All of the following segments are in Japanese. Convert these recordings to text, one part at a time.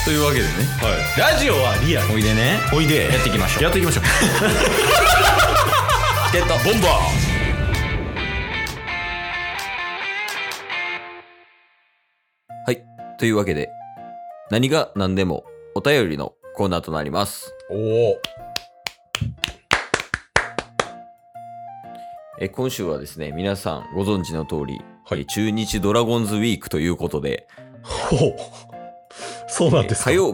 というわけでね、 ラジオはリアル。 おいでね、 おいでやっていきましょう。 やっていきましょう。 チケットボンバー。はい、というわけで何が何でもお便りのコーナーとなります。 おお。 今週はですね、皆さんご存知の通り、 はい、 中日ドラゴンズウィークということで、 ほう、そうなんですか。 火曜、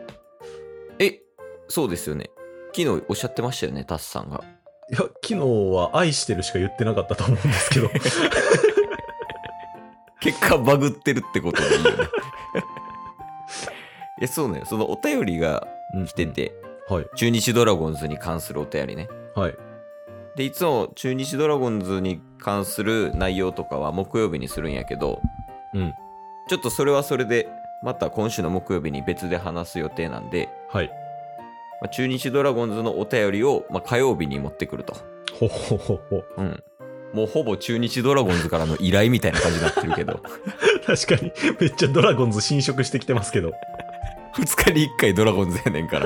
そうですよね。昨日おっしゃってましたよね、タスさんが。 いや、昨日は愛してるしか言ってなかったと思うんですけど。 結果バグってるってことでいいよね。いや、そうね、そのお便りが来てて、 はい、 中日ドラゴンズに関するお便りね。 はい。 で、いつも中日ドラゴンズに関する内容とかは木曜日にするんやけど、 うん。 ちょっとそれはそれで、また今週の木曜日に別で話す予定なんで、 はい。 中日ドラゴンズのお便りを、火曜日に持ってくると。 ほほほほ。 うん。もうほぼ中日ドラゴンズからの依頼みたいな感じになってるけど。 確かに、めっちゃドラゴンズ侵食してきてますけど。 2日に1回ドラゴンズやねんから。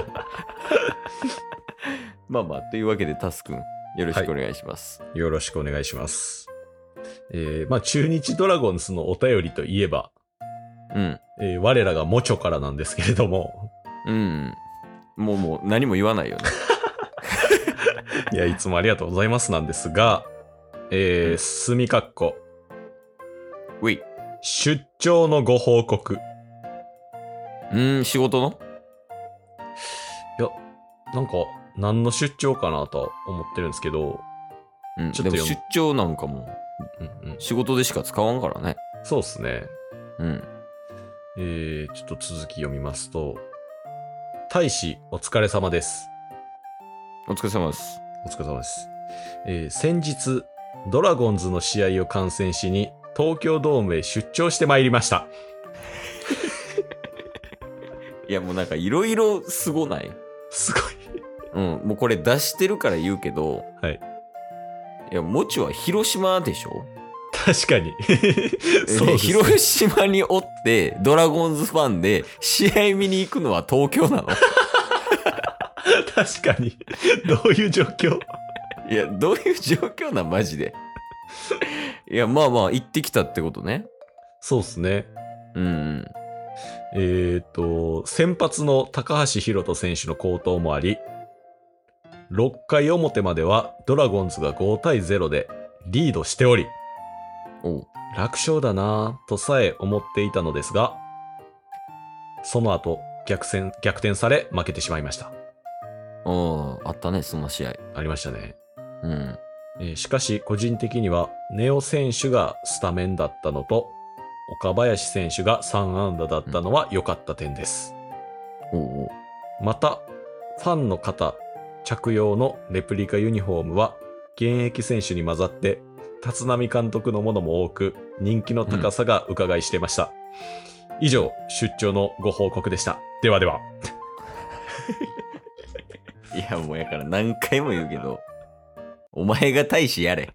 というわけでタスくん、よろしくお願いします。 はい、よろしくお願いします。中日ドラゴンズのお便りといえば、 うん。 我らがモチョからなんですけれども。 うん。もう何も言わないよね。 いや、いつもありがとうございますなんですが、すみかっこ。 ウィ。 出張のご報告。 仕事の？ いや、なんか、何の出張かなとは思ってるんですけど、 ちょっとでも出張なんかも、仕事でしか使わんからね。 そうっすね。 うん。 ちょっと続き読みますと、大使お疲れ様です。 お疲れ様です。 お疲れ様です。先日、ドラゴンズの試合を観戦しに、東京ドームへ出張してまいりました。 いや、もうなんかいろいろすごない？ すごい。 もうこれ出してるから言うけど、 はい。 いや、もちは広島でしょ？ 確かに。 そうです。広島におって、ドラゴンズファンで、試合見に行くのは東京なの？ 確かに。どういう状況？ いや、どういう状況なんマジで。いや、行ってきたってことね。 そうっすね。 うん。 先発の高橋宏斗選手の好投もあり、6回表まではドラゴンズが5対0でリードしており、楽勝だなぁとさえ思っていたのですが、その後逆転され負けてしまいました。 あったね、その試合。 ありましたね。 うん。 しかし個人的にはネオ選手がスタメンだったのと、岡林選手が3安打だったのは良かった点です。また、ファンの方着用のレプリカユニフォームは現役選手に混ざって立浪監督のものも多く人気の高さが伺いしてました。以上、出張のご報告でした。ではでは。 いや、もうやから何回も言うけど、お前が大使やれ。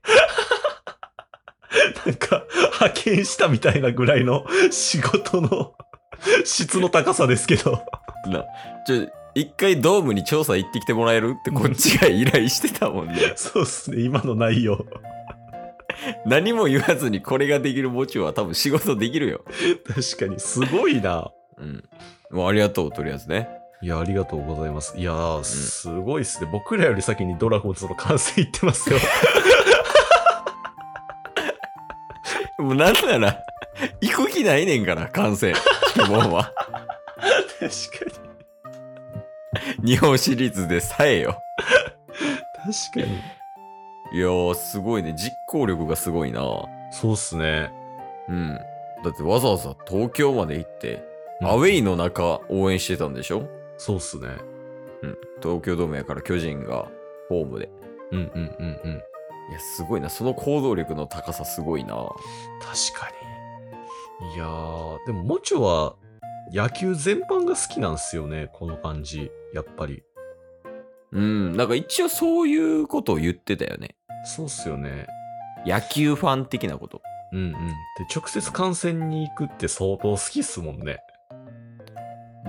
なんか派遣したみたいなぐらいの仕事の質の高さですけど。 一回ドームに調査行ってきてもらえるってこっちが依頼してたもんね。 そうっすね、今の内容。 何も言わずにこれができるもちは多分仕事できるよ。 確かに、すごいな。 もうありがとう、とりあえずね。 いや、ありがとうございます。いやー、すごいっすね。僕らより先にドラゴンズの完成いってますよ。 もうなんなら、行く気ないねんから、観戦。もうは。 確かに。日本シリーズでさえよ。 確かに。 いやー、すごいね。実行力がすごいな。 そうっすね。 だってわざわざ東京まで行って、アウェイの中応援してたんでしょ？ そうっすね。 東京ドームやから巨人がホームで。いや、すごいな。その行動力の高さすごいな。 確かに。いやー、でも、もちょは野球全般が好きなんすよね。この感じ。やっぱり。 なんか一応そういうことを言ってたよね。 そうっすよね。 野球ファン的なこと。 で、直接観戦に行くって相当好きっすもんね。 ね。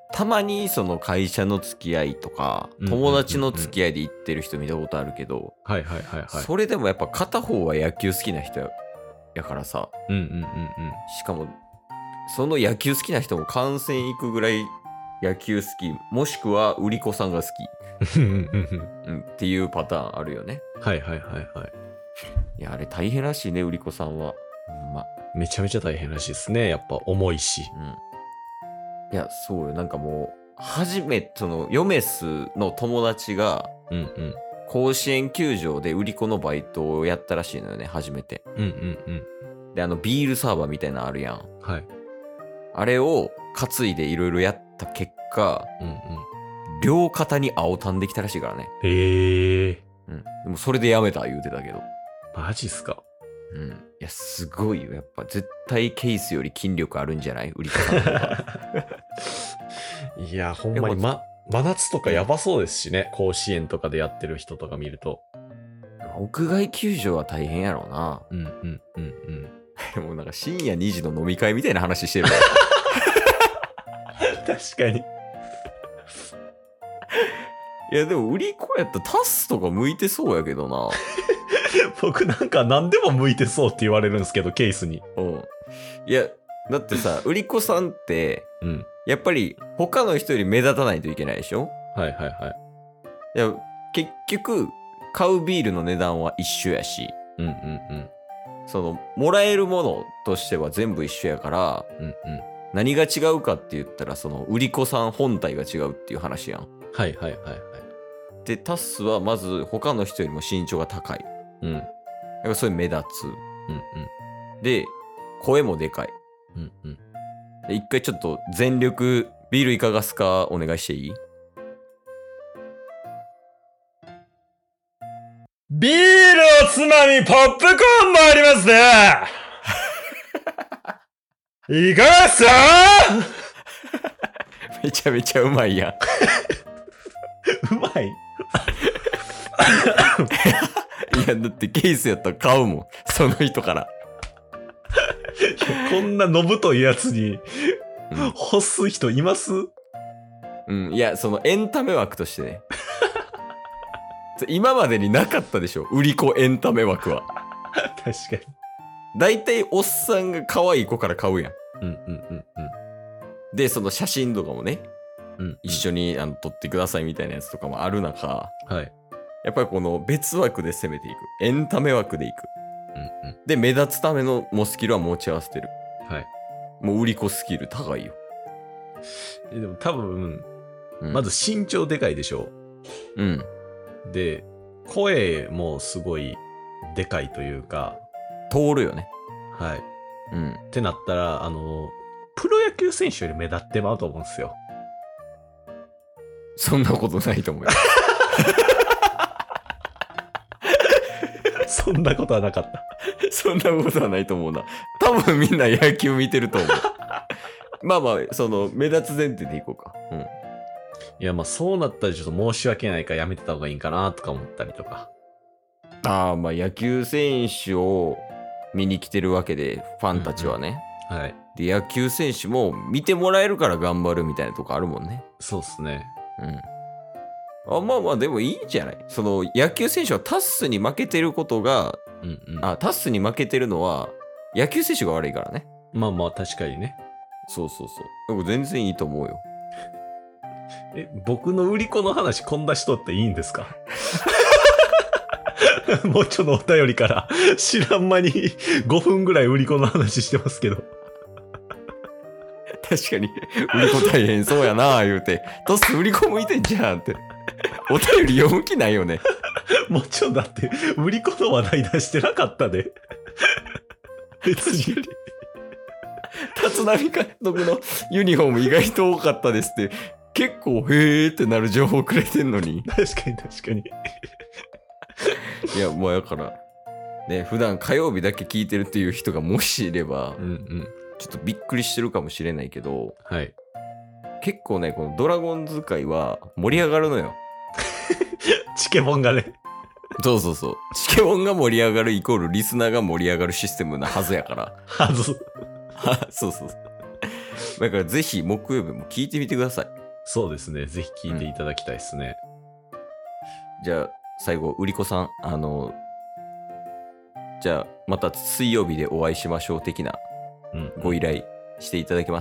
たまにその会社の付き合いとか、友達の付き合いで行ってる人見たことあるけど、 はいはいはいはい。 それでもやっぱ片方は野球好きな人やからさ、 うんうんうんうん。 しかも、その野球好きな人も観戦行くぐらい野球好き、もしくは売り子さんが好き、っていうパターンあるよね。 はいはいはいはい。 いや、あれ大変らしいね、売り子さんは。 めちゃめちゃ大変らしいですね。やっぱ重いし。 いや、そうよ。なんかもう、その、ヨメスの友達が、甲子園球場で売り子のバイトをやったらしいのよね、初めて。で、ビールサーバーみたいなのあるやん。 はい。 あれを担いでいろいろやった結果、両肩に青たんできたらしいからね。 でもそれでやめた言うてたけど。 マジっすか。 いや、すごいよ。やっぱ絶対ケースより筋力あるんじゃない売り子さんとか。 いや、ほんまに真夏とかやばそうですしね。甲子園とかでやってる人とか見ると。 屋外球場は大変やろうな。でもなんか深夜2時の飲み会みたいな話してる確かに。 いやでも売り子やったらタスとか向いてそうやけどな。 僕なんか何でも向いてそうって言われるんですけど、ケースに。 いや、だってさ、売り子さんって、やっぱり他の人より目立たないといけないでしょ。 はいはいはい。 いや、結局、買うビールの値段は一緒やし、その、もらえるものとしては全部一緒やから、何が違うかって言ったら、その、売り子さん本体が違うっていう話やん。 はいはいはいはい。 で、タスはまず他の人よりも身長が高い。やっぱそれ目立つ。で、声もでかい。で、一回ちょっと全力、ビールいかがすかお願いしていい？ ビールおつまみポップコーンもありますね。いかがっすか？ めちゃめちゃうまいやん。 うまい。 いや、だってケースやったら買うもん。その人から。 こんなのぶといやつに、欲す人います？ いや、そのエンタメ枠としてね。今までになかったでしょ。売り子エンタメ枠は。 確かに。 だいたいおっさんが可愛い子から買うやん。で、その写真とかもね、一緒に撮ってくださいみたいなやつとかもある中、やっぱりこの別枠で攻めていく。エンタメ枠でいく。で、目立つためのもスキルは持ち合わせてる。もう売り子スキル高いよ。 でも多分、まず身長でかいでしょ。で、声もすごいでかいというか。 通るよね。 ってなったら、プロ野球選手より目立ってまうと思うんですよ。 そんなことないと思うよ。 そんなことはなかった。 そんなことはないと思うな。多分みんな野球見てると思う。まあまあ、その、目立つ前提でいこうか。 いや、まあそうなったらちょっと申し訳ないからやめてた方がいいんかなとか思ったりとか。 まあ野球選手を見に来てるわけで、ファンたちはね。で、野球選手も見てもらえるから頑張るみたいなとこあるもんね。 そうっすね。 まあまあ、でもいいんじゃない？その、野球選手はタッスに負けてることが、タッスに負けてるのは、野球選手が悪いからね。 まあまあ、確かにね。 そう。でも全然いいと思うよ。 僕の売り子の話こんな人っていいんですか？もうちょっとお便りから知らん間に5分ぐらい売り子の話してますけど。 確かに、売り子大変そうやな言うて、タッス売り子向いてんじゃんって。お便り読む気ないよね。 もちろんだって、売り子の話題出してなかったで。別に。 立浪監督のユニフォーム意外と多かったですって、結構へーってなる情報くれてんのに。 確かに。 いや、もうやから、ね、普段火曜日だけ聞いてるっていう人がもしいれば、ちょっとびっくりしてるかもしれないけど、結構ね、このドラゴンズ界は盛り上がるのよ。 チケボンがね。 そう。チケボンが盛り上がるイコールリスナーが盛り上がるシステムなはずやから。 はず。 そう。 だからぜひ木曜日も聞いてみてください。 そうですね。ぜひ聞いていただきたいですね。 じゃあ、最後、売り子さん、じゃあ、また水曜日でお会いしましょう的なご依頼していただけます？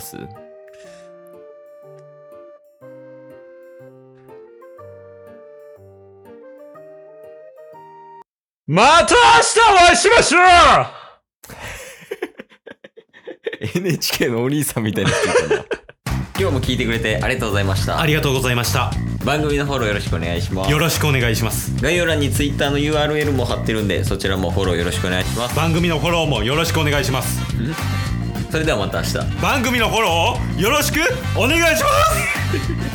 また明日お会いしましょう ！NHK のお兄さんみたいになってたな。今日も聞いてくれてありがとうございました。 ありがとうございました。 番組のフォローよろしくお願いします。 よろしくお願いします。 概要欄に Twitter の URL も貼ってるんで、そちらもフォローよろしくお願いします。 番組のフォローもよろしくお願いします。 それではまた明日。 番組のフォローをよろしくお願いします